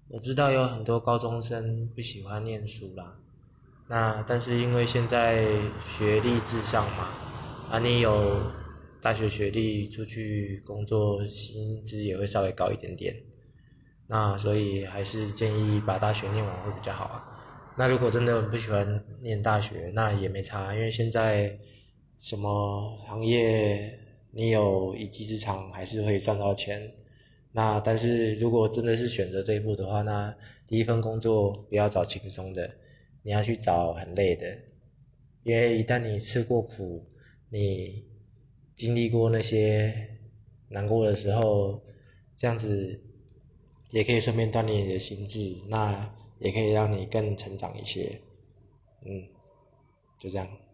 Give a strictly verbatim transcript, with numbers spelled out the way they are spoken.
我知道有很多高中生不喜欢念书啦，那但是因为现在学历至上嘛，啊你有大学学历出去工作，薪资也会稍微高一点点，那所以还是建议把大学念完会比较好啊。那如果真的不喜欢念大学，那也没差，因为现在什么行业你有一技之长，还是会赚到钱。那但是如果真的是选择这一步的话，那第一份工作不要找轻松的，你要去找很累的，因为一旦你吃过苦，你经历过那些难过的时候，这样子也可以顺便锻炼你的心智，那也可以让你更成长一些。嗯，就这样。